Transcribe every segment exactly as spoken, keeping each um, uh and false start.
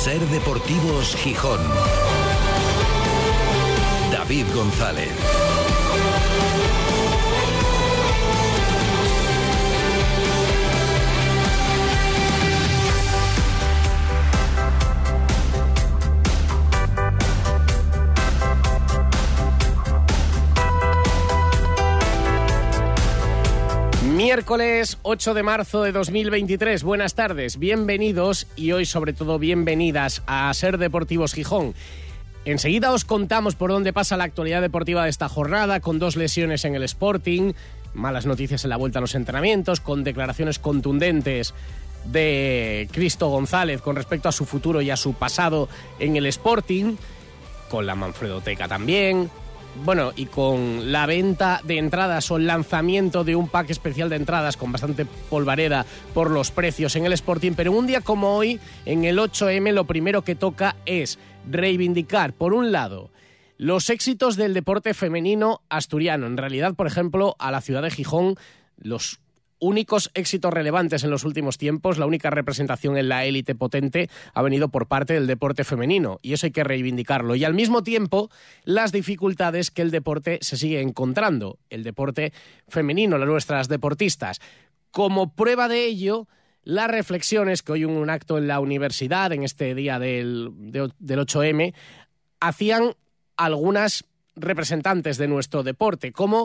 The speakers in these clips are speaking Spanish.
Ser Deportivos Gijón. David González. Miércoles ocho de marzo de dos mil veintitrés. Buenas tardes, bienvenidos y hoy sobre todo bienvenidas a Ser Deportivos Gijón. Enseguida os contamos por dónde pasa la actualidad deportiva de esta jornada, con dos lesiones en el Sporting, malas noticias en la vuelta a los entrenamientos, con declaraciones contundentes de Cristo González con respecto a su futuro y a su pasado en el Sporting, con la Manfredoteca también. Bueno, y con la venta de entradas o el lanzamiento de un pack especial de entradas con bastante polvareda por los precios en el Sporting, pero un día como hoy, en el ocho eme, lo primero que toca es reivindicar, por un lado, los éxitos del deporte femenino asturiano. En realidad, por ejemplo, a la ciudad de Gijón, los únicos éxitos relevantes en los últimos tiempos, la única representación en la élite potente ha venido por parte del deporte femenino, y eso hay que reivindicarlo. Y al mismo tiempo, las dificultades que el deporte se sigue encontrando, el deporte femenino, las nuestras deportistas. Como prueba de ello, las reflexiones que hoy en un acto en la universidad, en este día del, de, del ocho eme, hacían algunas representantes de nuestro deporte, como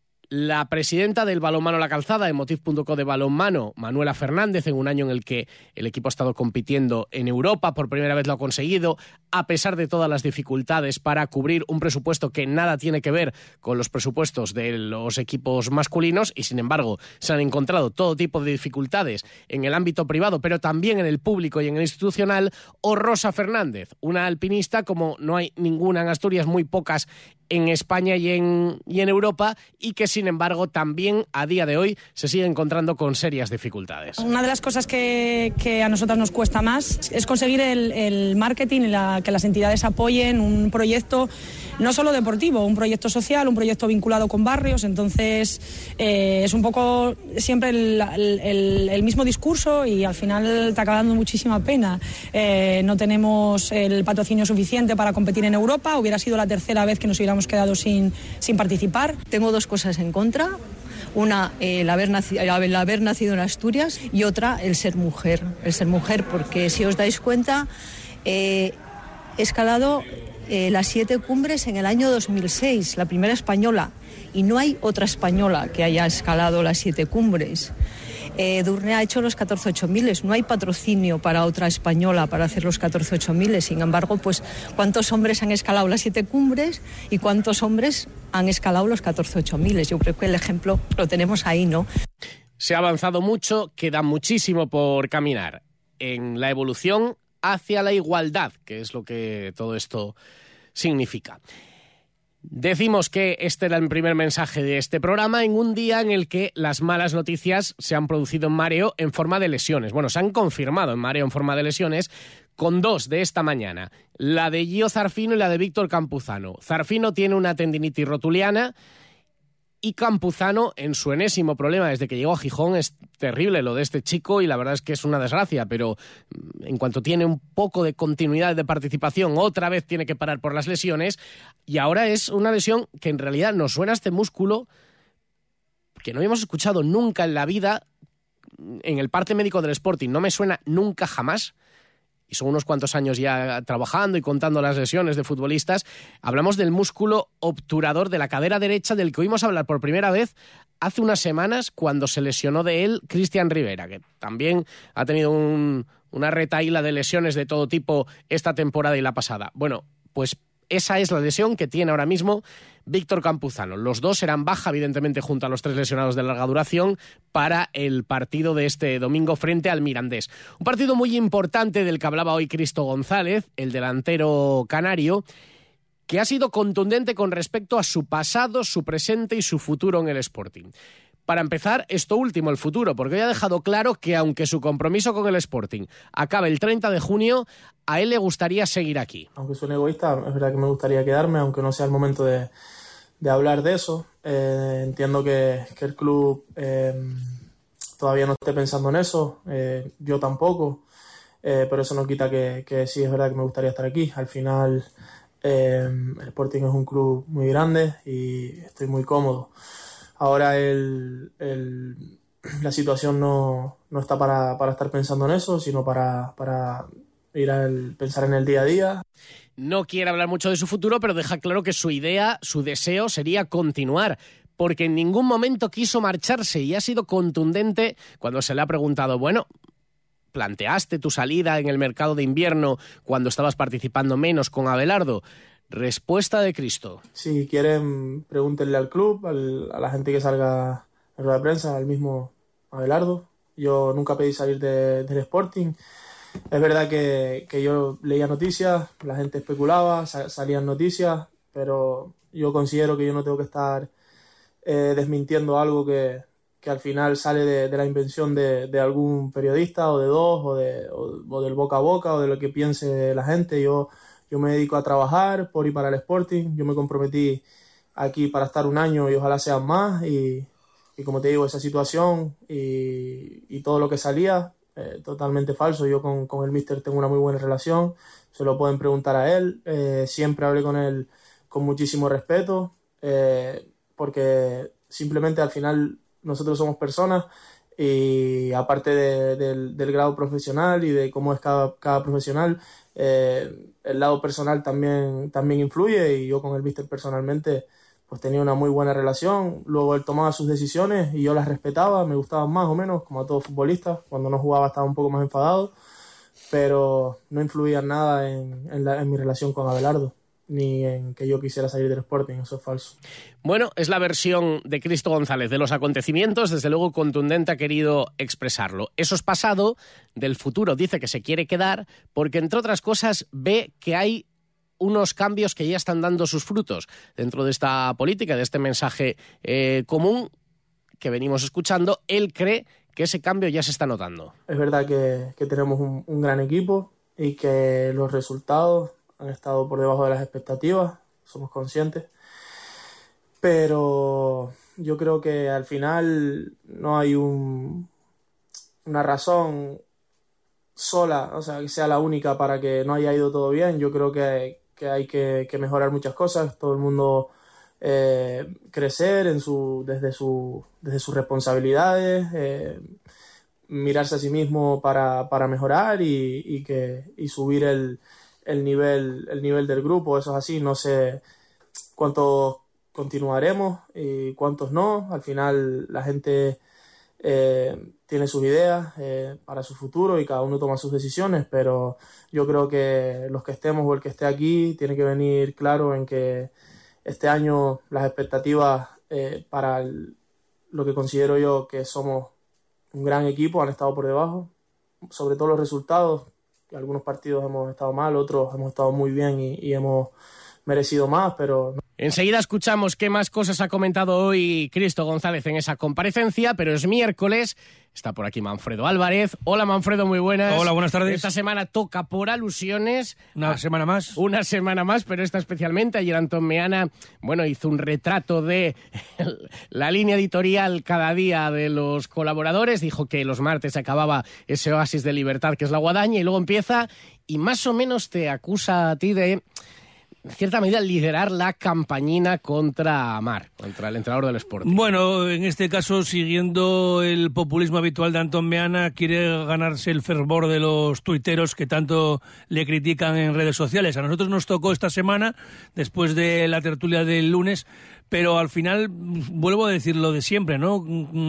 la presidenta del Balonmano La Calzada, de Motiv punto co de balonmano, Manuela Fernández, en un año en el que el equipo ha estado compitiendo en Europa, por primera vez lo ha conseguido, a pesar de todas las dificultades para cubrir un presupuesto que nada tiene que ver con los presupuestos de los equipos masculinos, y sin embargo se han encontrado todo tipo de dificultades en el ámbito privado, pero también en el público y en el institucional. O Rosa Fernández, una alpinista como no hay ninguna en Asturias, muy pocas en España y en, y en Europa, y que sin embargo también a día de hoy se sigue encontrando con serias dificultades. Una de las cosas que, que a nosotras nos cuesta más es conseguir el, el marketing y la, que las entidades apoyen un proyecto no solo deportivo, un proyecto social, un proyecto vinculado con barrios. Entonces eh, es un poco siempre el, el, el mismo discurso y al final te acaba dando muchísima pena. Eh, no tenemos el patrocinio suficiente para competir en Europa, hubiera sido la tercera vez que nos hubiéramos quedado sin, sin participar. Tengo dos cosas en contra. Una, eh, el, haber nacido, el haber nacido en Asturias, y otra, el ser mujer. El ser mujer, porque si os dais cuenta, eh, he escalado eh, las siete cumbres en el año dos mil seis, la primera española, y no hay otra española que haya escalado las siete cumbres. Eh, Durne ha hecho los catorce ocho miles, no hay patrocinio para otra española para hacer los catorce ocho miles. Sin embargo, pues ¿cuántos hombres han escalado las siete cumbres y cuántos hombres han escalado los catorce ocho miles? Yo creo que el ejemplo lo tenemos ahí, ¿no? Se ha avanzado mucho, queda muchísimo por caminar en la evolución hacia la igualdad, que es lo que todo esto significa. Decimos que este era el primer mensaje de este programa en un día en el que las malas noticias se han producido en mareo en forma de lesiones. Bueno, se han confirmado en mareo en forma de lesiones, con dos de esta mañana, la de Gio Zarfino y la de Víctor Campuzano. Zarfino tiene una tendinitis rotuliana y Campuzano, en su enésimo problema desde que llegó a Gijón. Es terrible lo de este chico y la verdad es que es una desgracia, pero en cuanto tiene un poco de continuidad de participación, otra vez tiene que parar por las lesiones, y ahora es una lesión que en realidad nos suena a este músculo que no habíamos escuchado nunca en la vida en el parte médico del Sporting. No me suena nunca jamás. Y son unos cuantos años ya trabajando y contando las lesiones de futbolistas. Hablamos del músculo obturador de la cadera derecha, del que oímos hablar por primera vez hace unas semanas cuando se lesionó de él Cristian Rivera, que también ha tenido un, una retahíla de lesiones de todo tipo esta temporada y la pasada. Bueno, pues esa es la lesión que tiene ahora mismo Víctor Campuzano. Los dos serán baja, evidentemente, junto a los tres lesionados de larga duración para el partido de este domingo frente al Mirandés. Un partido muy importante del que hablaba hoy Cristo González, el delantero canario, que ha sido contundente con respecto a su pasado, su presente y su futuro en el Sporting. Para empezar, esto último, el futuro, porque hoy ha dejado claro que aunque su compromiso con el Sporting acabe el treinta de junio, a él le gustaría seguir aquí. Aunque suene egoísta, es verdad que me gustaría quedarme, aunque no sea el momento de, de hablar de eso. Eh, entiendo que, que el club eh, todavía no esté pensando en eso, eh, yo tampoco. eh, pero eso no quita que, que sí es verdad que me gustaría estar aquí. Al final eh, el Sporting es un club muy grande y estoy muy cómodo. Ahora el, el, la situación no, no está para, para estar pensando en eso, sino para, para ir a pensar en el día a día. No quiere hablar mucho de su futuro, pero deja claro que su idea, su deseo sería continuar, porque en ningún momento quiso marcharse y ha sido contundente cuando se le ha preguntado, bueno, ¿planteaste tu salida en el mercado de invierno cuando estabas participando menos con Abelardo? Respuesta de Cristo. Si quieren, pregúntenle al club, al, a la gente que salga en rueda de prensa, al mismo Abelardo. Yo nunca pedí salir de, del Sporting. Es verdad que, que yo leía noticias, la gente especulaba, salían noticias, pero yo considero que yo no tengo que estar eh, desmintiendo algo que, que al final sale de, de la invención de, de algún periodista o de dos o, de, o, o del boca a boca o de lo que piense la gente. Yo, yo me dedico a trabajar por y para el Sporting, yo me comprometí aquí para estar un año y ojalá sean más y, y como te digo, esa situación y, y todo lo que salía, Eh, totalmente falso. Yo con, con el míster tengo una muy buena relación, se lo pueden preguntar a él, eh, siempre hablé con él con muchísimo respeto, eh, porque simplemente al final nosotros somos personas y aparte de, de, del grado profesional y de cómo es cada, cada profesional, eh, el lado personal también, también influye y yo con el míster personalmente pues tenía una muy buena relación. Luego él tomaba sus decisiones y yo las respetaba, me gustaban más o menos, como a todo futbolista. Cuando no jugaba estaba un poco más enfadado, pero no influía nada en, en, la, en mi relación con Abelardo, ni en que yo quisiera salir del Sporting, eso es falso. Bueno, es la versión de Cristo González de los acontecimientos, desde luego contundente ha querido expresarlo. Eso es pasado, del futuro dice que se quiere quedar, porque entre otras cosas ve que hay unos cambios que ya están dando sus frutos dentro de esta política, de este mensaje eh, común que venimos escuchando. Él cree que ese cambio ya se está notando. Es verdad que, que tenemos un, un gran equipo y que los resultados han estado por debajo de las expectativas, somos conscientes, pero yo creo que al final no hay un, una razón sola, o sea, que sea la única para que no haya ido todo bien. Yo creo que que hay que, que mejorar muchas cosas, todo el mundo eh, crecer en su, desde, su, desde sus responsabilidades, eh, mirarse a sí mismo para, para mejorar y, y, que, y subir el, el, nivel, el nivel del grupo. Eso es así, no sé cuántos continuaremos y cuántos no. Al final la gente eh, tiene sus ideas eh, para su futuro y cada uno toma sus decisiones, pero yo creo que los que estemos o el que esté aquí tiene que venir claro en que este año las expectativas eh, para el, lo que considero yo que somos un gran equipo han estado por debajo, sobre todo los resultados. Algunos partidos hemos estado mal, otros hemos estado muy bien y, y hemos merecido más, pero... Enseguida escuchamos qué más cosas ha comentado hoy Cristo González en esa comparecencia, pero es miércoles, está por aquí Manfredo Álvarez. Hola Manfredo, muy buenas. Hola, buenas tardes. Esta semana toca por alusiones. Una ah, semana más. Una semana más, pero esta especialmente. Ayer Antón Meana, bueno, hizo un retrato de la línea editorial cada día de los colaboradores, dijo que los martes acababa ese oasis de libertad que es la guadaña y luego empieza y más o menos te acusa a ti de... en cierta medida, liderar la campañina contra Amar, contra el entrenador del Sporting. Bueno, en este caso, siguiendo el populismo habitual de Antón Meana, quiere ganarse el fervor de los tuiteros que tanto le critican en redes sociales. A nosotros nos tocó esta semana, después de la tertulia del lunes, pero al final, vuelvo a decir lo de siempre, ¿no?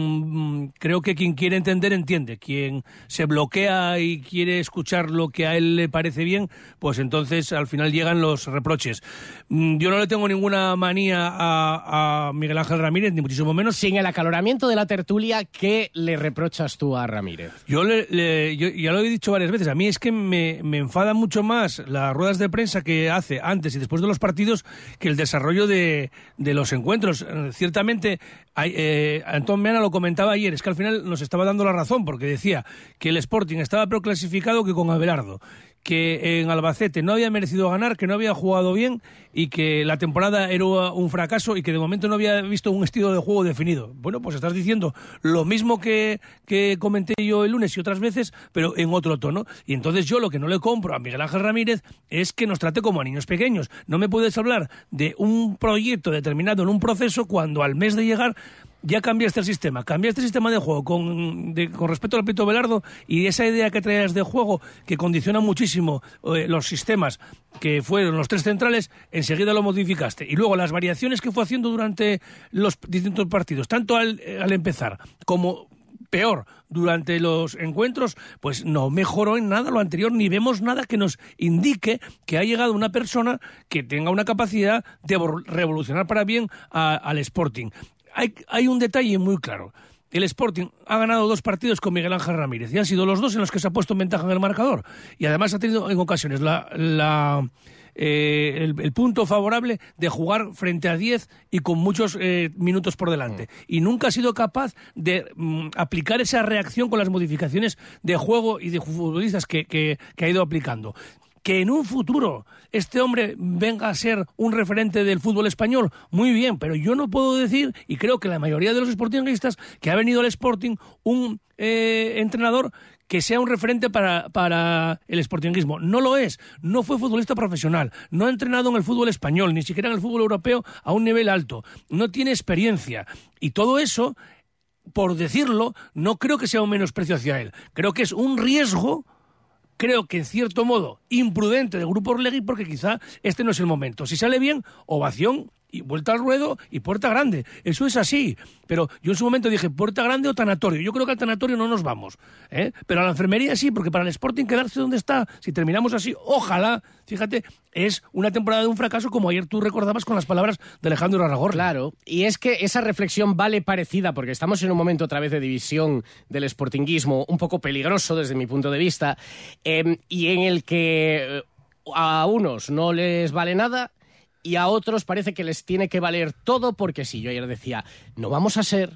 Creo que quien quiere entender, entiende. Quien se bloquea y quiere escuchar lo que a él le parece bien, pues entonces al final llegan los reproches. Yo no le tengo ninguna manía a, a Miguel Ángel Ramírez, ni muchísimo menos. Sin el acaloramiento de la tertulia, ¿qué le reprochas tú a Ramírez? Yo, le, le, yo ya lo he dicho varias veces, a mí es que me, me enfada mucho más las ruedas de prensa que hace antes y después de los partidos que el desarrollo de, de los encuentros. Ciertamente, eh, Antón Meana lo comentaba ayer, es que al final nos estaba dando la razón, porque decía que el Sporting estaba peor clasificado que con Abelardo, que en Albacete no había merecido ganar, que no había jugado bien y que la temporada era un fracaso y que de momento no había visto un estilo de juego definido. Bueno, pues estás diciendo lo mismo que, que comenté yo el lunes y otras veces, pero en otro tono. Y entonces yo lo que no le compro a Miguel Ángel Ramírez es que nos trate como a niños pequeños. No me puedes hablar de un proyecto determinado en un proceso cuando al mes de llegar ya cambiaste el sistema, cambiaste el sistema de juego con, de, con respecto al Pito Velardo, y esa idea que traías de juego que condiciona muchísimo eh, los sistemas que fueron los tres centrales, enseguida lo modificaste. Y luego las variaciones que fue haciendo durante los distintos partidos, tanto al, al empezar como peor durante los encuentros, pues no mejoró en nada lo anterior, ni vemos nada que nos indique que ha llegado una persona que tenga una capacidad de revolucionar para bien a, al Sporting. Hay, hay un detalle muy claro. El Sporting ha ganado dos partidos con Miguel Ángel Ramírez y han sido los dos en los que se ha puesto en ventaja en el marcador. Y además ha tenido en ocasiones la, la, eh, el, el punto favorable de jugar frente a diez y con muchos eh, minutos por delante. Y nunca ha sido capaz de mm, aplicar esa reacción con las modificaciones de juego y de futbolistas que, que, que ha ido aplicando. Que en un futuro este hombre venga a ser un referente del fútbol español, muy bien, pero yo no puedo decir, y creo que la mayoría de los sportinguistas, que ha venido al Sporting un eh, entrenador que sea un referente para, para el sportinguismo. No lo es, no fue futbolista profesional, no ha entrenado en el fútbol español, ni siquiera en el fútbol europeo a un nivel alto, no tiene experiencia, y todo eso, por decirlo, no creo que sea un menosprecio hacia él, creo que es un riesgo. Creo que, en cierto modo, imprudente del Grupo Orlegui, porque quizá este no es el momento. Si sale bien, ovación y vuelta al ruedo y puerta grande. Eso es así. Pero yo en su momento dije, puerta grande o tanatorio. Yo creo que al tanatorio no nos vamos, ¿eh? Pero a la enfermería sí, porque para el Sporting quedarse donde está, si terminamos así, ojalá, fíjate, es una temporada de un fracaso, como ayer tú recordabas con las palabras de Alejandro Aragorri. Claro, y es que esa reflexión vale parecida, porque estamos en un momento otra vez de división del sportinguismo, un poco peligroso desde mi punto de vista, eh, y en el que a unos no les vale nada y a otros parece que les tiene que valer todo, porque sí, yo ayer decía, no vamos a ser,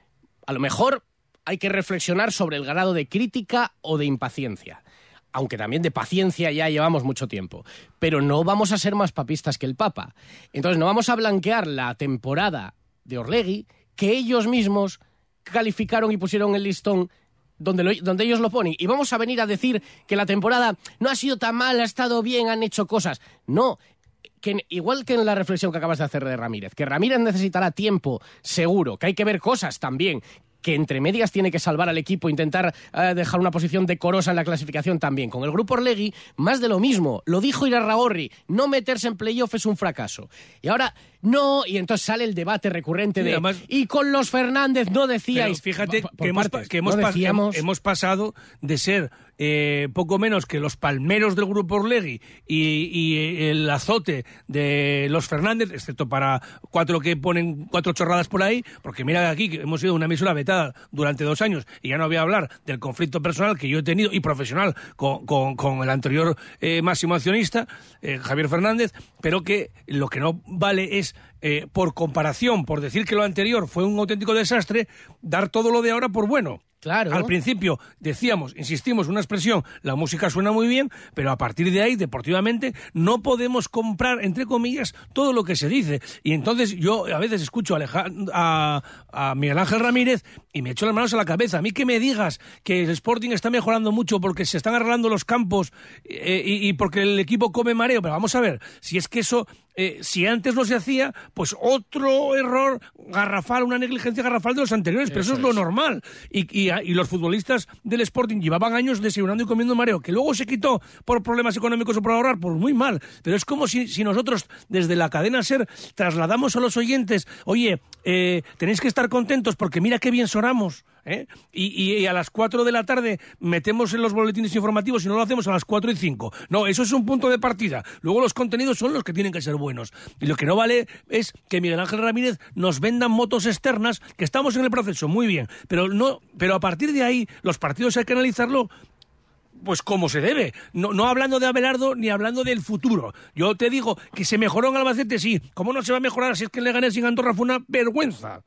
a lo mejor hay que reflexionar sobre el grado de crítica o de impaciencia, aunque también de paciencia ya llevamos mucho tiempo, pero no vamos a ser más papistas que el Papa. Entonces no vamos a blanquear la temporada de Orlegui, que ellos mismos calificaron y pusieron el listón donde, lo, donde ellos lo ponen, y vamos a venir a decir que la temporada no ha sido tan mal, ha estado bien, han hecho cosas. No, que igual que en la reflexión que acabas de hacer de Ramírez, que Ramírez necesitará tiempo, seguro, que hay que ver cosas también, que entre medias tiene que salvar al equipo, intentar uh, dejar una posición decorosa en la clasificación también. Con el Grupo Orlegui, más de lo mismo. Lo dijo Irarragorri, no meterse en playoff es un fracaso. Y ahora, no, y entonces sale el debate recurrente de... Además, y con los Fernández no decíais... Pero fíjate por, por que, hemos, partes, que hemos, no decíamos... hemos pasado de ser eh, poco menos que los palmeros del Grupo Orlegui y, y el azote de los Fernández, excepto para cuatro que ponen cuatro chorradas por ahí, porque mira aquí que hemos sido una emisora vetada durante dos años y ya no voy a hablar del conflicto personal que yo he tenido y profesional con, con, con el anterior eh, máximo accionista, eh, Javier Fernández, pero que lo que no vale es Eh, por comparación, por decir que lo anterior fue un auténtico desastre, dar todo lo de ahora por bueno. Claro. Al principio decíamos, insistimos, una expresión, la música suena muy bien, pero a partir de ahí, deportivamente, no podemos comprar, entre comillas, todo lo que se dice. Y entonces yo a veces escucho a, Alejandro, a, a Miguel Ángel Ramírez y me echo las manos a la cabeza. A mí que me digas que el Sporting está mejorando mucho porque se están arreglando los campos eh, y, y porque el equipo come mareo, pero vamos a ver, si es que eso... Eh, si antes no se hacía, pues otro error garrafal, una negligencia garrafal de los anteriores, pero eso, eso es lo normal. Y, y, y los futbolistas del Sporting llevaban años desayunando y comiendo mareo, que luego se quitó por problemas económicos o por ahorrar, pues muy mal. Pero es como si, si nosotros desde la cadena SER trasladamos a los oyentes, oye, eh, tenéis que estar contentos porque mira qué bien sonamos. ¿Eh? Y, y, y a las cuatro de la tarde metemos en los boletines informativos y no lo hacemos a las cuatro y cinco. No, eso es un punto de partida. Luego los contenidos son los que tienen que ser buenos. Y lo que no vale es que Miguel Ángel Ramírez nos vendan motos externas, que estamos en el proceso, muy bien. Pero, no, pero a partir de ahí, los partidos hay que analizarlo pues como se debe, no, no hablando de Abelardo ni hablando del futuro. Yo te digo que se mejoró en Albacete, sí. ¿Cómo no se va a mejorar si es que el Leganés sin Andorra fue una vergüenza?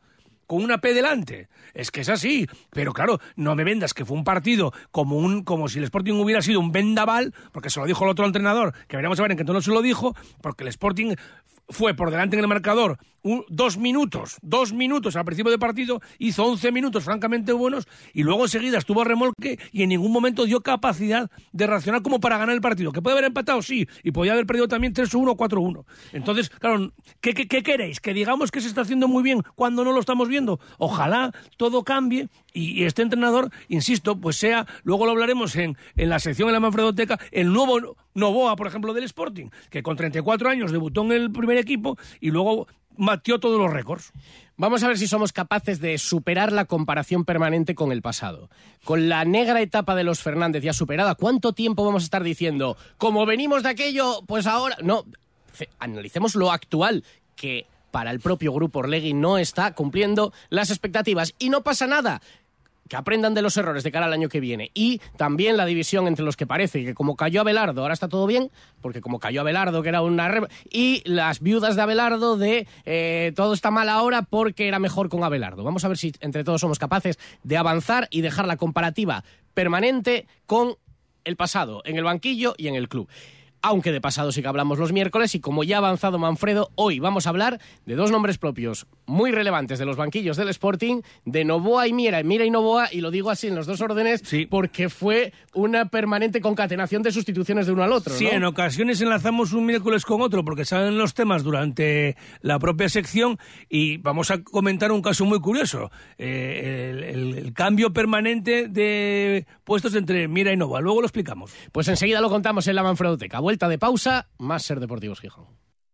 con una P delante. Es que es así. Pero claro, no me vendas que fue un partido como un como si el Sporting hubiera sido un vendaval, porque se lo dijo el otro entrenador, que veremos a ver en qué tono se lo dijo, porque el Sporting fue por delante en el marcador un, dos minutos, dos minutos al principio del partido, hizo once minutos francamente buenos y luego enseguida estuvo a remolque y en ningún momento dio capacidad de reaccionar como para ganar el partido. ¿Que puede haber empatado? Sí, y podía haber perdido también tres uno o cuatro uno. Entonces, claro, ¿qué, qué, qué queréis? ¿Que digamos que se está haciendo muy bien cuando no lo estamos viendo? Ojalá todo cambie y, y este entrenador, insisto, pues sea, luego lo hablaremos en, en la sección en la Manfredoteca, el nuevo Novoa, por ejemplo, del Sporting, que con treinta y cuatro años debutó en el primer equipo y luego batió todos los récords. Vamos a ver si somos capaces de superar la comparación permanente con el pasado. Con la negra etapa de los Fernández ya superada, ¿cuánto tiempo vamos a estar diciendo, como venimos de aquello, pues ahora? No, analicemos lo actual, que para el propio Grupo Orlegui no está cumpliendo las expectativas. Y no pasa nada. Que aprendan de los errores de cara al año que viene. Y también la división entre los que parece que como cayó Abelardo, ahora está todo bien, porque como cayó Abelardo, que era una... Re... Y las viudas de Abelardo de eh, todo está mal ahora porque era mejor con Abelardo. Vamos a ver si entre todos somos capaces de avanzar y dejar la comparativa permanente con el pasado, en el banquillo y en el club. Aunque de pasado sí que hablamos los miércoles y como ya ha avanzado Manfredo, hoy vamos a hablar de dos nombres propios muy relevantes de los banquillos del Sporting, de Novoa y Miera, Miera y Novoa, y lo digo así en los dos órdenes sí, porque fue una permanente concatenación de sustituciones de uno al otro, ¿no? Sí, en ocasiones enlazamos un miércoles con otro porque salen los temas durante la propia sección y vamos a comentar un caso muy curioso, eh, el, el, el cambio permanente de puestos entre Miera y Novoa. Luego lo explicamos. Pues enseguida lo contamos en la Manfredoteca. Vuelta de pausa, más Ser Deportivos Gijón.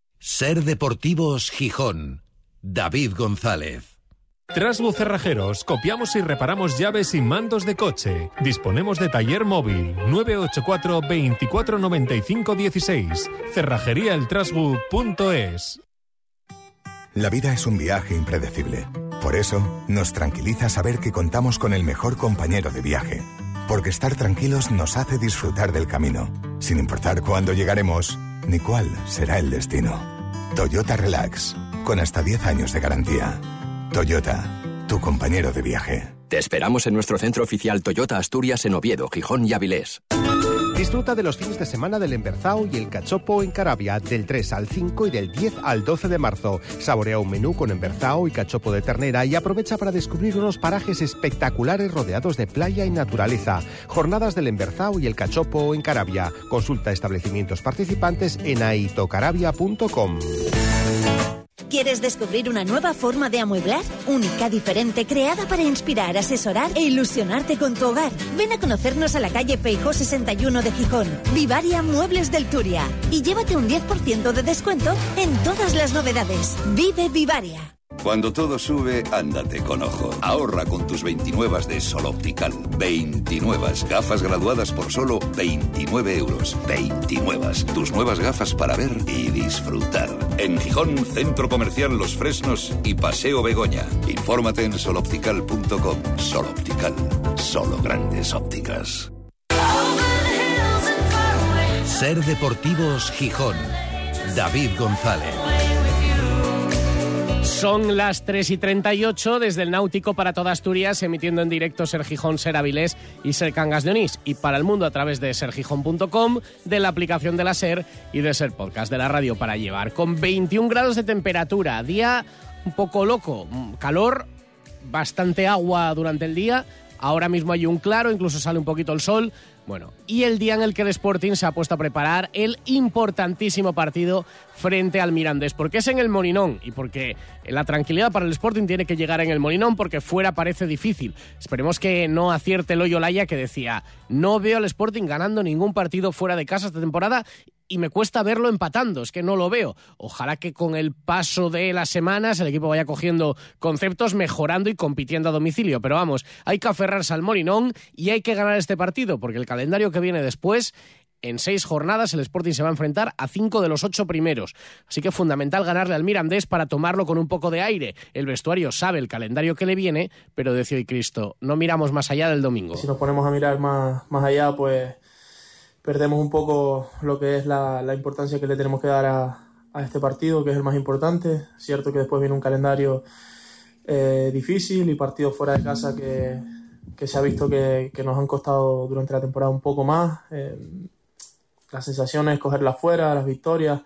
Ser Deportivos Gijón. David González. Trasbu Cerrajeros, copiamos y reparamos llaves y mandos de coche. Disponemos de taller móvil nueve ocho cuatro, veinticuatro noventa y cinco dieciséis. cerrajería el trasbu punto es. La vida es un viaje impredecible. Por eso, nos tranquiliza saber que contamos con el mejor compañero de viaje. Porque estar tranquilos nos hace disfrutar del camino, sin importar cuándo llegaremos ni cuál será el destino. Toyota Relax, con hasta diez años de garantía. Toyota, tu compañero de viaje. Te esperamos en nuestro centro oficial Toyota Asturias en Oviedo, Gijón y Avilés. Disfruta de los fines de semana del Emberzao y el Cachopo en Carabia, del tres al cinco y del diez al doce de marzo. Saborea un menú con Emberzao y cachopo de ternera y aprovecha para descubrir unos parajes espectaculares rodeados de playa y naturaleza. Jornadas del Emberzao y el Cachopo en Carabia. Consulta establecimientos participantes en aitocarabia punto com. ¿Quieres descubrir una nueva forma de amueblar? Única, diferente, creada para inspirar, asesorar e ilusionarte con tu hogar. Ven a conocernos a la calle Feijó sesenta y uno de Gijón. Vivaria Muebles del Turia. Y llévate un diez por ciento de descuento en todas las novedades. Vive Vivaria. Cuando todo sube, ándate con ojo. Ahorra con tus veintinuevas de Sol Optical. veintinuevas gafas graduadas por solo veintinueve euros. veintinuevas. Tus nuevas gafas para ver y disfrutar. En Gijón, Centro Comercial Los Fresnos y Paseo Begoña. Infórmate en sol optical punto com. Sol Optical. Solo grandes ópticas. Ser Deportivos Gijón. David González. Son las tres y treinta y ocho desde el Náutico para toda Asturias, emitiendo en directo Ser Gijón, Ser Avilés y Ser Cangas de Onís. Y para el mundo a través de ser gijón punto com, de la aplicación de la Ser y de Ser Podcast de la radio para llevar. Con veintiún grados de temperatura, día un poco loco, calor, bastante agua durante el día. Ahora mismo hay un claro, incluso sale un poquito el sol. Bueno, y el día en el que el Sporting se ha puesto a preparar el importantísimo partido frente al Mirandés, porque es en el Molinón y porque la tranquilidad para el Sporting tiene que llegar en el Molinón, porque fuera parece difícil. Esperemos que no acierte el Loyo Laya, que decía: no veo al Sporting ganando ningún partido fuera de casa esta temporada y me cuesta verlo empatando, es que no lo veo. Ojalá que con el paso de las semanas el equipo vaya cogiendo conceptos, mejorando y compitiendo a domicilio. Pero vamos, hay que aferrarse al Molinón y hay que ganar este partido, porque el calendario que viene después, en seis jornadas, el Sporting se va a enfrentar a cinco de los ocho primeros. Así que es fundamental ganarle al Mirandés para tomarlo con un poco de aire. El vestuario sabe el calendario que le viene, pero decía hoy Cristo, no miramos más allá del domingo. Si nos ponemos a mirar más, más allá, pues perdemos un poco lo que es la, la importancia que le tenemos que dar a, a este partido, que es el más importante. Cierto que después viene un calendario eh, difícil y partidos fuera de casa que, que se ha visto que, que nos han costado durante la temporada un poco más. Eh, la sensación es cogerlas fuera, las victorias,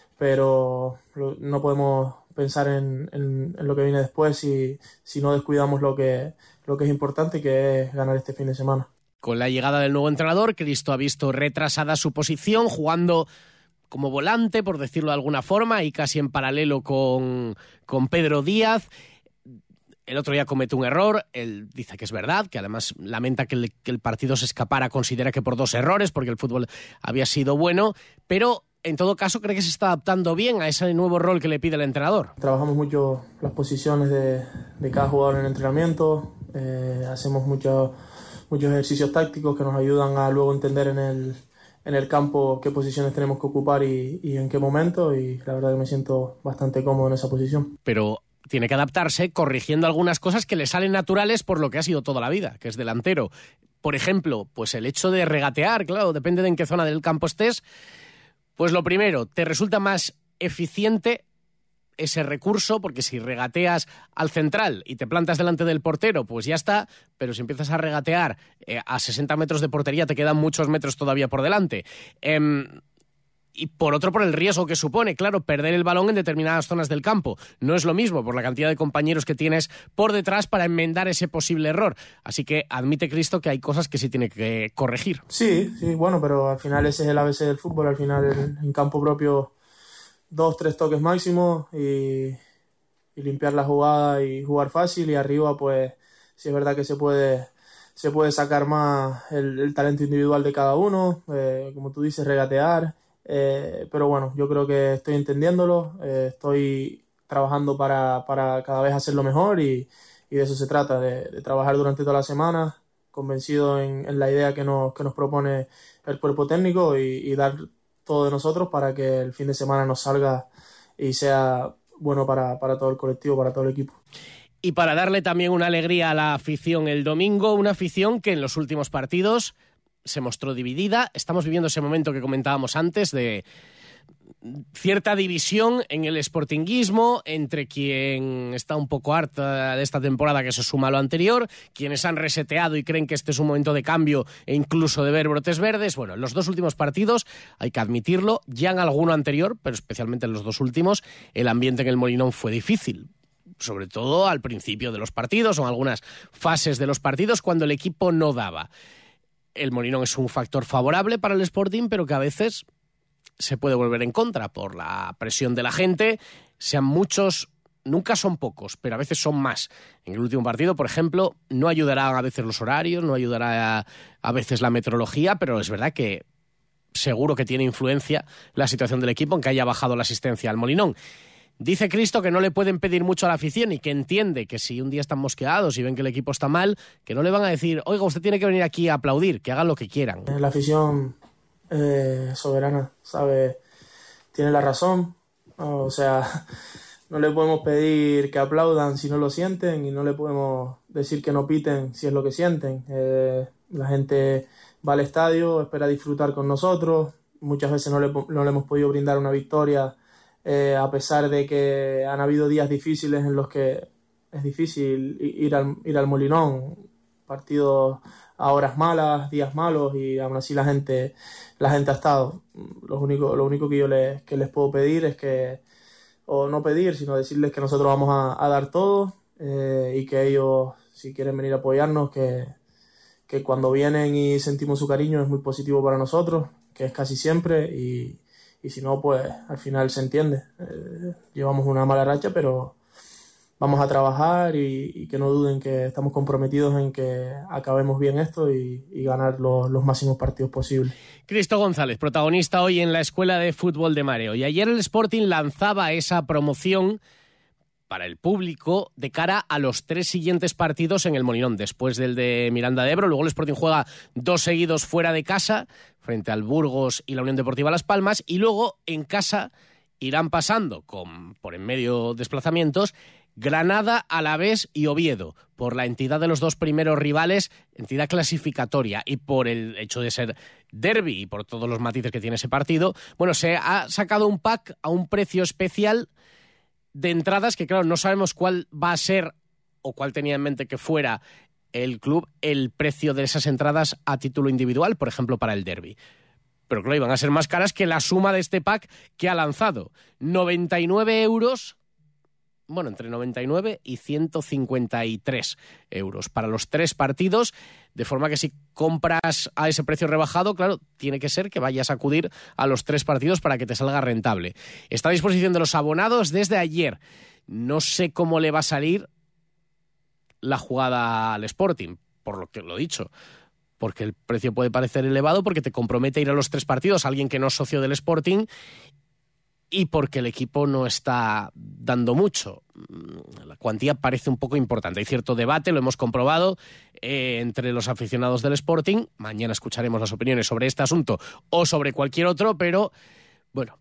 pero no podemos pensar en, en, en lo que viene después si, si no descuidamos lo que, lo que es importante, que es ganar este fin de semana. Con la llegada del nuevo entrenador, Cristo ha visto retrasada su posición, jugando como volante, por decirlo de alguna forma, y casi en paralelo con, con Pedro Díaz. El otro día comete un error, él dice que es verdad, que además lamenta que el, que el partido se escapara, considera que por dos errores, porque el fútbol había sido bueno, pero en todo caso cree que se está adaptando bien a ese nuevo rol que le pide el entrenador. Trabajamos mucho las posiciones de, de cada jugador en el entrenamiento, eh, hacemos mucho, muchos ejercicios tácticos que nos ayudan a luego entender en el, en el campo qué posiciones tenemos que ocupar y, y en qué momento, y la verdad que me siento bastante cómodo en esa posición. Pero tiene que adaptarse corrigiendo algunas cosas que le salen naturales por lo que ha sido toda la vida, que es delantero. Por ejemplo, pues el hecho de regatear, claro, depende de en qué zona del campo estés. Pues lo primero, te resulta más eficiente ese recurso, porque si regateas al central y te plantas delante del portero, pues ya está, pero si empiezas a regatear eh, a sesenta metros de portería, te quedan muchos metros todavía por delante. Eh, Y por otro, por el riesgo que supone, claro, perder el balón en determinadas zonas del campo. No es lo mismo por la cantidad de compañeros que tienes por detrás para enmendar ese posible error. Así que admite Cristo que hay cosas que sí tiene que corregir. Sí, sí, bueno, pero al final ese es el A B C del fútbol. Al final en, en campo propio dos, tres toques máximo y, y limpiar la jugada y jugar fácil. Y arriba pues sí es verdad que se puede... se puede sacar más el, el talento individual de cada uno, eh, como tú dices, regatear. Eh, pero bueno, yo creo que estoy entendiéndolo, eh, estoy trabajando para, para cada vez hacerlo mejor y, y de eso se trata, de, de trabajar durante toda la semana, convencido en, en la idea que nos, que nos propone el cuerpo técnico y, y dar todo de nosotros para que el fin de semana nos salga y sea bueno para, para todo el colectivo, para todo el equipo. Y para darle también una alegría a la afición el domingo, una afición que en los últimos partidos se mostró dividida. Estamos viviendo ese momento que comentábamos antes de cierta división en el sportinguismo entre quien está un poco harta de esta temporada que se suma a lo anterior, quienes han reseteado y creen que este es un momento de cambio e incluso de ver brotes verdes. Bueno, en los dos últimos partidos, hay que admitirlo, ya en alguno anterior, pero especialmente en los dos últimos, el ambiente en el Molinón fue difícil. Sobre todo al principio de los partidos o en algunas fases de los partidos cuando el equipo no daba. El Molinón es un factor favorable para el Sporting, pero que a veces se puede volver en contra por la presión de la gente, sean muchos, nunca son pocos, pero a veces son más. En el último partido, por ejemplo, no ayudarán a veces los horarios, no ayudará a, a veces la meteorología, pero es verdad que seguro que tiene influencia la situación del equipo en que haya bajado la asistencia al Molinón. Dice Cristo que no le pueden pedir mucho a la afición y que entiende que si un día están mosqueados y ven que el equipo está mal, que no le van a decir, oiga, usted tiene que venir aquí a aplaudir, que hagan lo que quieran. La afición eh, soberana, sabe, tiene la razón. O sea, no le podemos pedir que aplaudan si no lo sienten y no le podemos decir que no piten si es lo que sienten. Eh, la gente va al estadio, espera disfrutar con nosotros. Muchas veces no le, no le hemos podido brindar una victoria Eh, a pesar de que han habido días difíciles en los que es difícil ir al, ir al Molinón, partidos a horas malas, días malos, y aún así la gente la gente ha estado. Lo único, lo único que yo les, que les puedo pedir es que, o no pedir, sino decirles que nosotros vamos a, a dar todo eh, y que ellos, si quieren venir a apoyarnos, que, que cuando vienen y sentimos su cariño es muy positivo para nosotros, que es casi siempre, y Y si no, pues al final se entiende. Eh, llevamos una mala racha, pero vamos a trabajar y, y que no duden que estamos comprometidos en que acabemos bien esto y, y ganar los, los máximos partidos posibles. Cristo González, protagonista hoy en la Escuela de Fútbol de Mareo. Y ayer el Sporting lanzaba esa promoción para el público de cara a los tres siguientes partidos en el Molinón, después del de Miranda de Ebro. Luego el Sporting juega dos seguidos fuera de casa, frente al Burgos y la Unión Deportiva Las Palmas, y luego en casa irán pasando, con por en medio desplazamientos, Granada, Alavés y Oviedo, por la entidad de los dos primeros rivales, entidad clasificatoria, y por el hecho de ser derbi y por todos los matices que tiene ese partido. Bueno, se ha sacado un pack a un precio especial de entradas que, claro, no sabemos cuál va a ser o cuál tenía en mente que fuera el club el precio de esas entradas a título individual, por ejemplo, para el derbi. Pero claro, iban a ser más caras que la suma de este pack que ha lanzado. noventa y nueve euros, bueno, entre noventa y nueve y ciento cincuenta y tres euros para los tres partidos, de forma que si compras a ese precio rebajado, claro, tiene que ser que vayas a acudir a los tres partidos para que te salga rentable. Está a disposición de los abonados desde ayer. No sé cómo le va a salir la jugada al Sporting, por lo que lo he dicho, porque el precio puede parecer elevado, porque te compromete a ir a los tres partidos a alguien que no es socio del Sporting y porque el equipo no está dando mucho. La cuantía parece un poco importante. Hay cierto debate, lo hemos comprobado, eh, entre los aficionados del Sporting. Mañana escucharemos las opiniones sobre este asunto o sobre cualquier otro, pero bueno,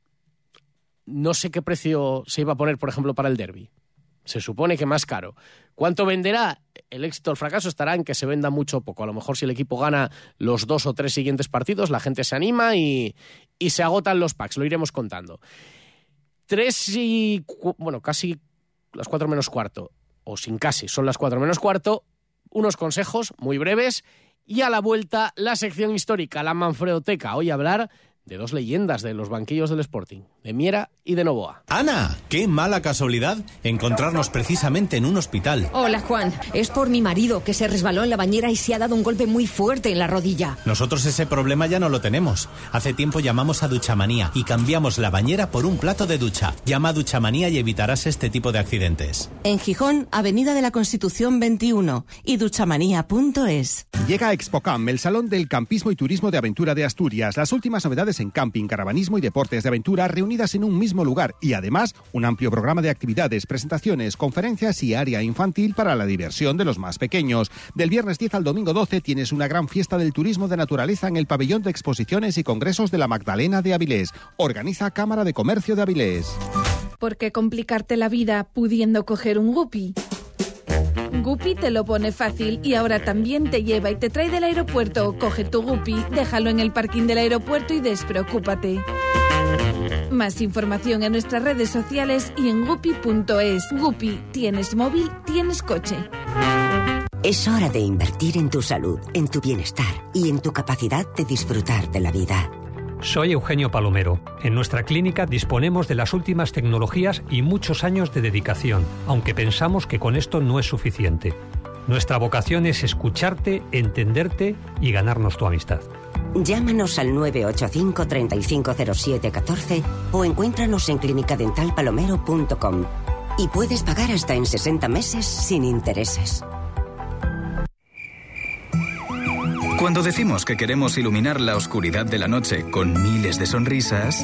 no sé qué precio se iba a poner, por ejemplo, para el derbi. Se supone que más caro. ¿Cuánto venderá? El éxito o el fracaso estará en que se venda mucho o poco. A lo mejor si el equipo gana los dos o tres siguientes partidos, la gente se anima y, y se agotan los packs. Lo iremos contando. Tres y... bueno, casi las cuatro menos cuarto. O sin casi, son las cuatro menos cuarto. Unos consejos muy breves. Y a la vuelta, la sección histórica, la Manfredoteca. Hoy hablar de dos leyendas de los banquillos del Sporting, de Miera y de Novoa. Ana, qué mala casualidad encontrarnos precisamente en un hospital. Hola, Juan. Es por mi marido, que se resbaló en la bañera y se ha dado un golpe muy fuerte en la rodilla. Nosotros ese problema ya no lo tenemos. Hace tiempo llamamos a Duchamanía y cambiamos la bañera por un plato de ducha. Llama a Duchamanía y evitarás este tipo de accidentes. En Gijón, Avenida de la Constitución veintiuno y duchamanía punto es. Llega a Expocam, el salón del campismo y turismo de aventura de Asturias. Las últimas novedades en camping, caravanismo y deportes de aventura reunidas en un mismo lugar y además un amplio programa de actividades, presentaciones, conferencias y área infantil para la diversión de los más pequeños. Del viernes diez al domingo doce tienes una gran fiesta del turismo de naturaleza en el pabellón de exposiciones y congresos de la Magdalena de Avilés. Organiza Cámara de Comercio de Avilés. ¿Por qué complicarte la vida pudiendo coger un Guppy? Guppy te lo pone fácil y ahora también te lleva y te trae del aeropuerto. Coge tu Guppy, déjalo en el parking del aeropuerto y despreocúpate. Más información en nuestras redes sociales y en guppy punto es. Guppy, tienes móvil, tienes coche. Es hora de invertir en tu salud, en tu bienestar y en tu capacidad de disfrutar de la vida. Soy Eugenio Palomero. En nuestra clínica disponemos de las últimas tecnologías y muchos años de dedicación, aunque pensamos que con esto no es suficiente. Nuestra vocación es escucharte, entenderte y ganarnos tu amistad. Llámanos al nueve ocho cinco, tres cinco cero siete uno cuatro o encuéntranos en clínica dental palomero punto com y puedes pagar hasta en sesenta meses sin intereses. Cuando decimos que queremos iluminar la oscuridad de la noche con miles de sonrisas,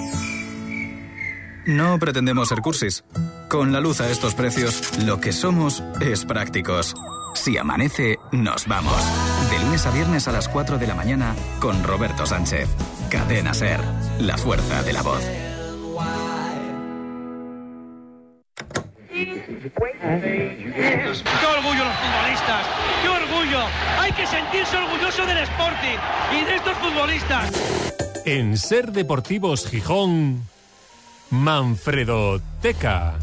no pretendemos ser cursis. Con la luz a estos precios, lo que somos es prácticos. Si amanece, nos vamos. De lunes a viernes a las cuatro de la mañana con Roberto Sánchez. Cadena SER, la fuerza de la voz. ¡Qué orgullo los futbolistas! ¡Qué orgullo! Hay que sentirse orgulloso del Sporting y de estos futbolistas. En SER Deportivos Gijón, Manfredoteca.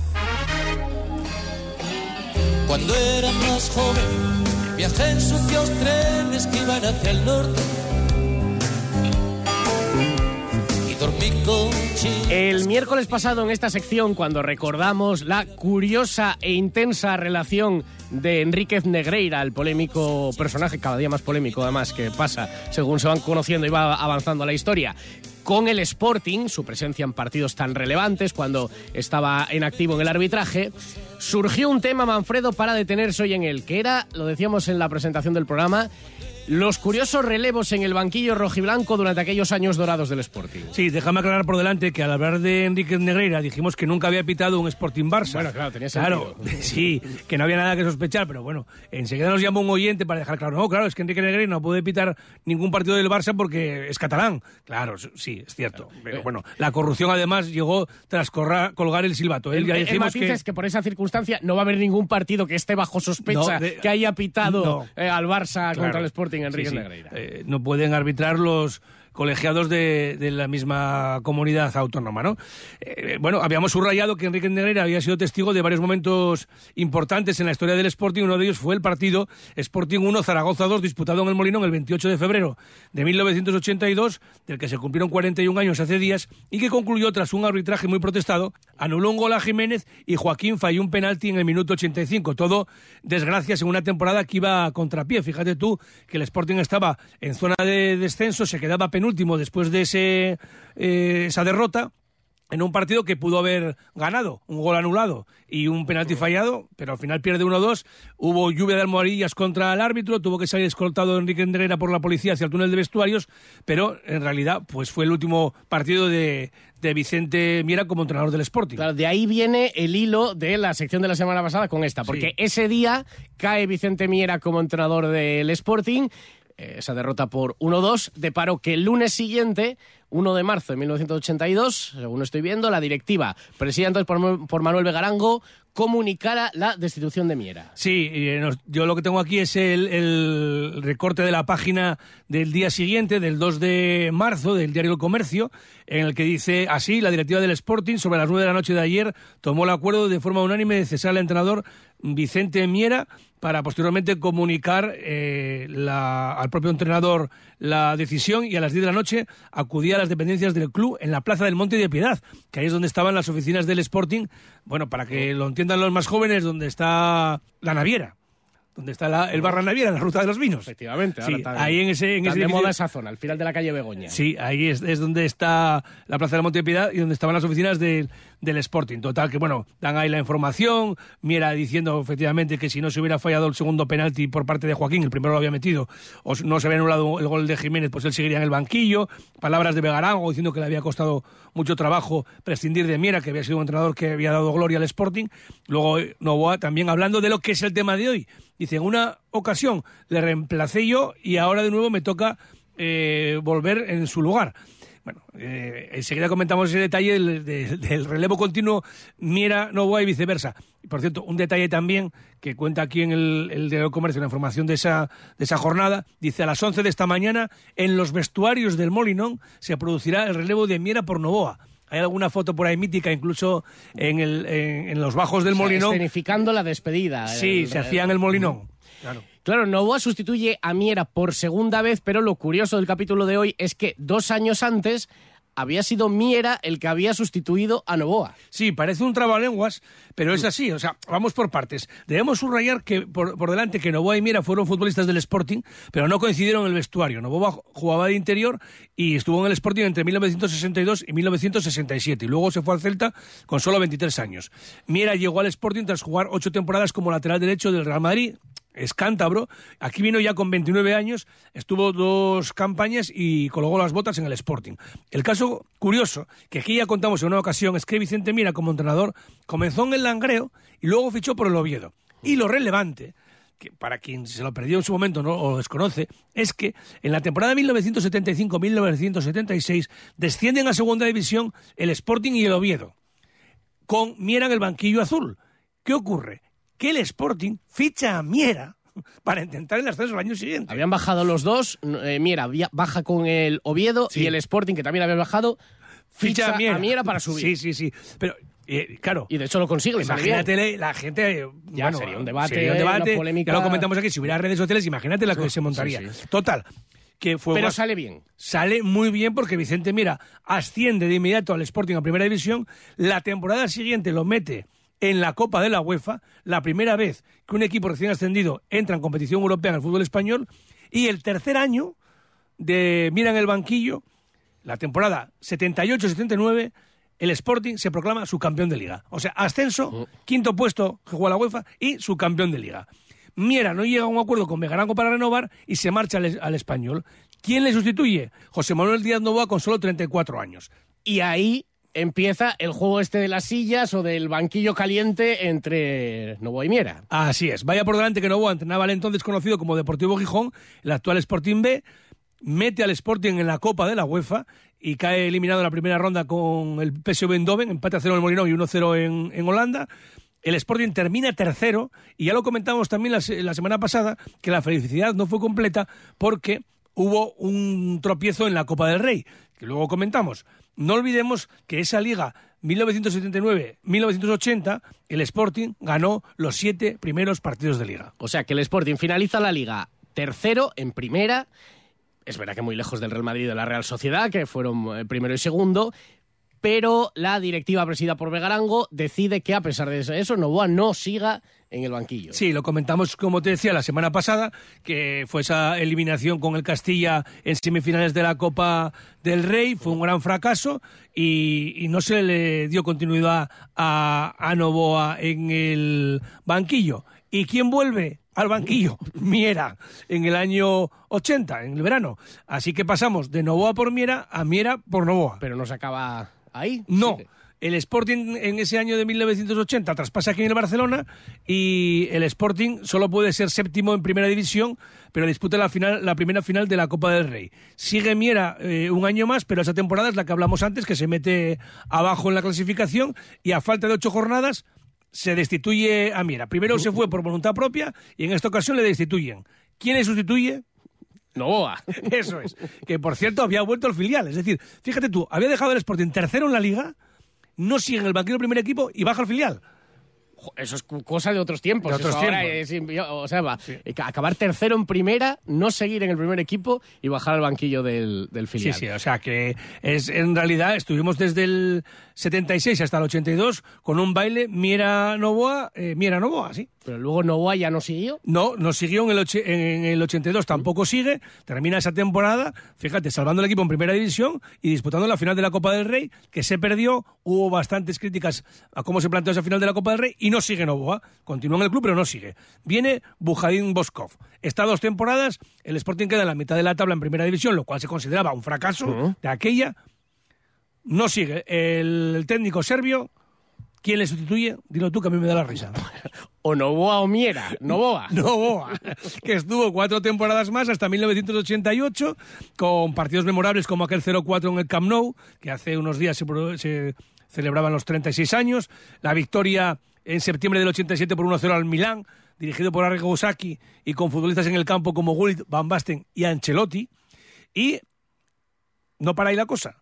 Cuando era más joven, viajé en sucios trenes que iban hacia el norte. El miércoles pasado en esta sección, cuando recordamos la curiosa e intensa relación de Enríquez Negreira, el polémico personaje, cada día más polémico además, que pasa según se van conociendo y va avanzando la historia, con el Sporting, su presencia en partidos tan relevantes cuando estaba en activo en el arbitraje, surgió un tema, Manfredo, para detenerse hoy en él, que era, lo decíamos en la presentación del programa, los curiosos relevos en el banquillo rojiblanco durante aquellos años dorados del Sporting. Sí, déjame aclarar por delante que al hablar de Enríquez Negreira dijimos que nunca había pitado un Sporting Barça. Bueno, claro, tenía sentido. Claro, sí, que no había nada que sospechar, pero bueno, enseguida nos llamó un oyente para dejar claro, no, claro, es que Enríquez Negreira no puede pitar ningún partido del Barça porque es catalán. Claro, sí, es cierto. Claro. Pero bueno, la corrupción además llegó tras corra, colgar el silbato. El, ya el matiz que... es que por esa circunstancia no va a haber ningún partido que esté bajo sospecha, no, de... que haya pitado no. eh, al Barça claro, contra el Sporting Enríquez sí, sí. Negreira. Eh, no pueden arbitrar los colegiados de, de la misma comunidad autónoma, ¿no? Eh, bueno, habíamos subrayado que Enrique Negreira había sido testigo de varios momentos importantes en la historia del Sporting. Uno de ellos fue el partido Sporting uno, Zaragoza dos, disputado en el Molinón el veintiocho de febrero de mil novecientos ochenta y dos, del que se cumplieron cuarenta y un años hace días, y que concluyó tras un arbitraje muy protestado. Anuló un gol a Jiménez y Joaquín falló un penalti en el minuto ochenta y cinco. Todo desgracias en una temporada que iba a contrapié. Fíjate tú que el Sporting estaba en zona de descenso, se quedaba penúltimo después de ese, eh, esa derrota, en un partido que pudo haber ganado, un gol anulado y un penalti fallado, pero al final pierde uno dos. Hubo lluvia de almohadillas contra el árbitro, tuvo que salir escoltado Enrique Negreira por la policía hacia el túnel de vestuarios, pero en realidad pues fue el último partido de, de Vicente Miera como entrenador del Sporting. Claro, de ahí viene el hilo de la sección de la semana pasada con esta, porque sí. Ese día cae Vicente Miera como entrenador del Sporting, esa derrota por uno dos, deparó que el lunes siguiente, uno de marzo de mil novecientos ochenta y dos, según estoy viendo, la directiva, presidida entonces por, por Manuel Begarango, comunicara la destitución de Miera. Sí, eh, nos, yo lo que tengo aquí es el, el recorte de la página del día siguiente, del dos de marzo, del diario El Comercio, en el que dice así: la directiva del Sporting, sobre las nueve de la noche de ayer, tomó el acuerdo de forma unánime de cesar al entrenador Vicente Miera, para posteriormente comunicar eh, la, al propio entrenador la decisión, y a las diez de la noche acudía a las dependencias del club en la Plaza del Monte de Piedad, que ahí es donde estaban las oficinas del Sporting. Bueno, para que lo entiendan los más jóvenes, donde está la naviera, donde está la, el bar La Naviera, en la Ruta de los Vinos. Efectivamente. Sí, ahora ahí en ese, en ese de edificio, moda esa zona, al final de la calle Begoña. Sí, ahí es, es donde está la Plaza del Monte de Piedad y donde estaban las oficinas de, del Sporting. Total, que bueno, dan ahí la información, Miera diciendo efectivamente que si no se hubiera fallado el segundo penalti por parte de Joaquín, el primero lo había metido, o no se había anulado el gol de Jiménez, pues él seguiría en el banquillo. Palabras de Begarango diciendo que le había costado mucho trabajo prescindir de Miera, que había sido un entrenador que había dado gloria al Sporting. Luego Novoa también hablando de lo que es el tema de hoy. Dice, en una ocasión le reemplacé yo y ahora de nuevo me toca eh, volver en su lugar. Bueno, eh, enseguida comentamos ese detalle del, del, del relevo continuo Miera-Novoa y viceversa. Y por cierto, un detalle también que cuenta aquí en el, el Diario del Comercio, la información de esa, de esa jornada, dice: a las once de esta mañana en los vestuarios del Molinón se producirá el relevo de Miera por Novoa. Hay alguna foto por ahí mítica, incluso en, el, en, en los bajos del o sea, Molinón. Escenificando la despedida. Sí, el, se el, hacía en el Molinón. Claro. Claro, Novoa sustituye a Miera por segunda vez, pero lo curioso del capítulo de hoy es que dos años antes había sido Miera el que había sustituido a Novoa. Sí, parece un trabalenguas, pero es así. O sea, vamos por partes. Debemos subrayar que por, por delante que Novoa y Miera fueron futbolistas del Sporting, pero no coincidieron en el vestuario. Novoa jugaba de interior y estuvo en el Sporting entre mil novecientos sesenta y dos y mil novecientos sesenta y siete. Y luego se fue al Celta con solo veintitrés años. Miera llegó al Sporting tras jugar ocho temporadas como lateral derecho del Real Madrid. Es cántabro, aquí vino ya con veintinueve años, estuvo dos campañas y colgó las botas en el Sporting. El caso curioso, que aquí ya contamos en una ocasión, es que Vicente Miera como entrenador comenzó en el Langreo y luego fichó por el Oviedo. Y lo relevante, que para quien se lo perdió en su momento no o lo desconoce, es que en la temporada mil novecientos setenta y cinco mil novecientos setenta y seis descienden a segunda división el Sporting y el Oviedo, con Miera en el banquillo azul. ¿Qué ocurre? Que el Sporting ficha a Miera para intentar el ascenso el año siguiente. Habían bajado los dos, eh, Miera baja con el Oviedo, sí, y el Sporting, que también había bajado, ficha, ficha a, Miera. a Miera para subir. Sí, sí, sí. Pero, eh, claro. Y de hecho lo consigue. Imagínate la gente... Ya bueno, sería un debate, sería un debate, polémica... ya lo comentamos aquí, si hubiera redes sociales, imagínate la que sí, se montaría. Sí, sí. Total. Que fue Pero más, sale bien. Sale muy bien porque Vicente Miera asciende de inmediato al Sporting a Primera División. La temporada siguiente lo mete en la Copa de la UEFA, la primera vez que un equipo recién ascendido entra en competición europea en el fútbol español, y el tercer año de Miera en el banquillo, la temporada setenta y ocho setenta y nueve, el Sporting se proclama subcampeón de Liga. O sea, ascenso, uh. quinto puesto que juega la UEFA y subcampeón de Liga. Miera no llega a un acuerdo con Begarango para renovar y se marcha al, al Español. ¿Quién le sustituye? José Manuel Díaz Novoa, con solo treinta y cuatro años. Y ahí empieza el juego este de las sillas o del banquillo caliente entre Novoa y Miera. Así es. Vaya por delante que Novoa entrenaba al entonces conocido como Deportivo Gijón, el actual Sporting B, mete al Sporting en la Copa de la UEFA y cae eliminado en la primera ronda con el P S V Eindhoven, empate a cero en el Molinón y uno cero en, en Holanda. El Sporting termina tercero y ya lo comentamos también la, la semana pasada, que la felicidad no fue completa porque hubo un tropiezo en la Copa del Rey, que luego comentamos. No olvidemos que esa liga mil novecientos setenta y nueve mil novecientos ochenta, el Sporting ganó los siete primeros partidos de liga. O sea que el Sporting finaliza la liga tercero en primera. Es verdad que muy lejos del Real Madrid y de la Real Sociedad, que fueron primero y segundo, pero la directiva presidida por Begarango decide que, a pesar de eso, Novoa no siga en el banquillo. Sí, lo comentamos, como te decía, la semana pasada, que fue esa eliminación con el Castilla en semifinales de la Copa del Rey, fue un gran fracaso y, y no se le dio continuidad a, a Novoa en el banquillo. ¿Y quién vuelve al banquillo? Miera, en el año ochenta, en el verano. Así que pasamos de Novoa por Miera a Miera por Novoa. Pero no se acaba ahí. No. Sí. El Sporting en ese año de mil novecientos ochenta traspasa aquí en el Barcelona y el Sporting solo puede ser séptimo en primera división, pero disputa la final, la primera final de la Copa del Rey. Sigue Miera eh, un año más, pero esa temporada es la que hablamos antes, que se mete abajo en la clasificación y a falta de ocho jornadas se destituye a Miera. Primero se fue por voluntad propia y en esta ocasión le destituyen. ¿Quién le sustituye? Novoa. Eso es. Que, por cierto, había vuelto al filial. Es decir, fíjate tú, había dejado el Sporting tercero en la Liga, no sigue en el banquillo del primer equipo y baja al filial. Eso es cosa de otros tiempos. De otros Eso tiempos. Ahora es, o sea, va, sí. Acabar tercero en primera, no seguir en el primer equipo y bajar al banquillo del, del filial. Sí, sí, o sea que es en realidad estuvimos desde el setenta y seis hasta el ochenta y dos con un baile Miera Novoa, eh, Miera Novoa, sí. Pero luego Novoa ya no siguió. No, no siguió en el, och- en el ochenta y dos, tampoco sigue. Termina esa temporada, fíjate, salvando el equipo en primera división y disputando la final de la Copa del Rey, que se perdió. Hubo bastantes críticas a cómo se planteó esa final de la Copa del Rey y no sigue Novoa. Continúa en el club, pero no sigue. Viene Bujadín Boskov. Está dos temporadas, el Sporting queda en la mitad de la tabla en primera división, lo cual se consideraba un fracaso uh-huh. de aquella. No sigue. El técnico serbio, ¿quién le sustituye? Dilo tú, que a mí me da la risa. O Novoa o Miera. Novoa. Novoa, que estuvo cuatro temporadas más hasta mil novecientos ochenta y ocho, con partidos memorables como aquel cero cuatro en el Camp Nou, que hace unos días se, se celebraban los treinta y seis años, la victoria en septiembre del ochenta y siete por uno cero al Milán, dirigido por Arrigo Sacchi y con futbolistas en el campo como Gullit, Van Basten y Ancelotti. Y no para ahí la cosa,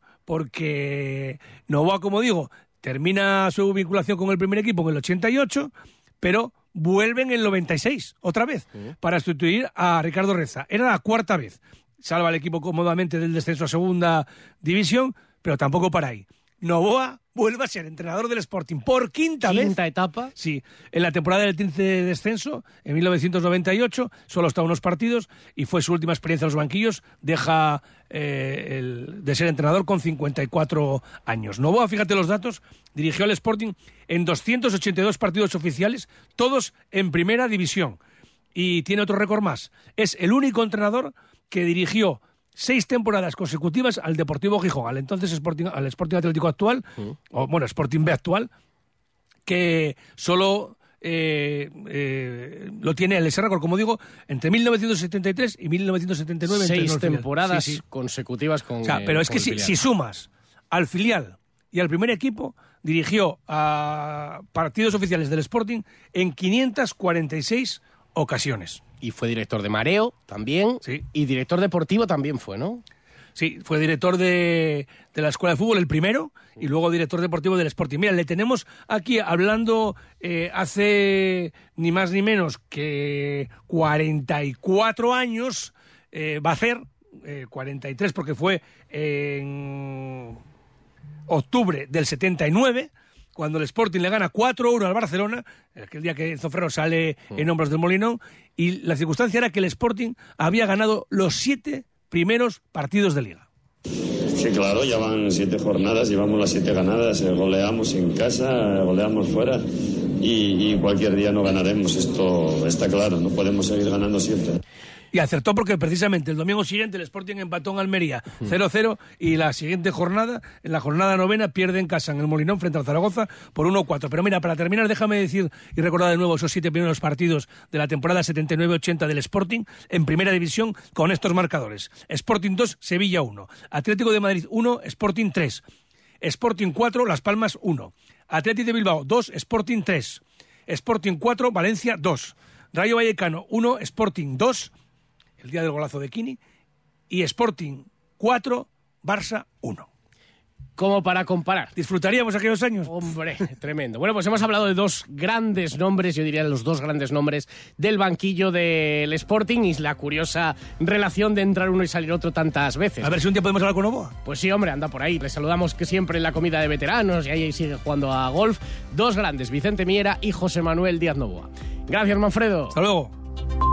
porque Novoa, como digo, termina su vinculación con el primer equipo en el ochenta y ocho, pero vuelve en el noventa y seis, otra vez, uh-huh. para sustituir a Ricardo Reza. Era la cuarta vez. Salva al equipo cómodamente del descenso a segunda división, pero tampoco para ahí. Novoa vuelve a ser entrenador del Sporting por quinta, quinta vez. Quinta etapa. Sí, en la temporada del quince de descenso, en mil novecientos noventa y ocho, solo está unos partidos y fue su última experiencia en los banquillos. Deja eh, el, de ser entrenador con cincuenta y cuatro años. Novoa, fíjate los datos, dirigió al Sporting en doscientos ochenta y dos partidos oficiales, todos en primera división. Y tiene otro récord más. Es el único entrenador que dirigió seis temporadas consecutivas al Deportivo Gijón, al entonces Sporting, al Sporting Atlético actual, uh-huh. o bueno, Sporting B actual, que solo eh, eh, lo tiene el ese récord, como digo, entre mil novecientos setenta y tres y mil novecientos setenta y nueve. Seis temporadas sí, sí. consecutivas con. O sea, pero eh, es que si, si sumas al filial y al primer equipo, dirigió a partidos oficiales del Sporting en quinientas cuarenta y seis ocasiones. Y fue director de mareo también. Sí. Y director deportivo también fue, ¿no? Sí, fue director de, de la Escuela de Fútbol, el primero, y luego director deportivo del Sporting. Mira, le tenemos aquí hablando eh, hace ni más ni menos que cuarenta y cuatro años, eh, va a hacer, eh, cuarenta y tres porque fue en octubre del setenta y nueve, cuando el Sporting le gana cuatro uno al Barcelona, aquel día que Enzo Ferro sale en hombros del Molinón, y la circunstancia era que el Sporting había ganado los siete primeros partidos de Liga. Sí, claro, ya van siete jornadas, llevamos las siete ganadas, goleamos en casa, goleamos fuera, y, y cualquier día no ganaremos, esto está claro, no podemos seguir ganando siempre. Y acertó porque precisamente el domingo siguiente el Sporting empató en Almería cero cero y la siguiente jornada, en la jornada novena, pierde en casa en el Molinón frente al Zaragoza por uno cuatro. Pero mira, para terminar, déjame decir y recordar de nuevo esos siete primeros partidos de la temporada setenta y nueve ochenta del Sporting en primera división con estos marcadores. Sporting dos, Sevilla uno. Atlético de Madrid uno, Sporting tres. Sporting cuatro, Las Palmas uno. Atlético de Bilbao dos, Sporting tres. Sporting cuatro, Valencia dos. Rayo Vallecano uno, Sporting dos. El día del golazo de Kini, y Sporting cuatro, Barça uno. Como para comparar. ¿Disfrutaríamos aquellos años? Hombre, tremendo. Bueno, pues hemos hablado de dos grandes nombres, yo diría los dos grandes nombres del banquillo del Sporting y la curiosa relación de entrar uno y salir otro tantas veces. A ver si un día podemos hablar con Novoa. Pues sí, hombre, anda por ahí. Le saludamos que siempre en la comida de veteranos y ahí sigue jugando a golf. Dos grandes, Vicente Miera y José Manuel Díaz Novoa. Gracias, Manfredo. Hasta luego.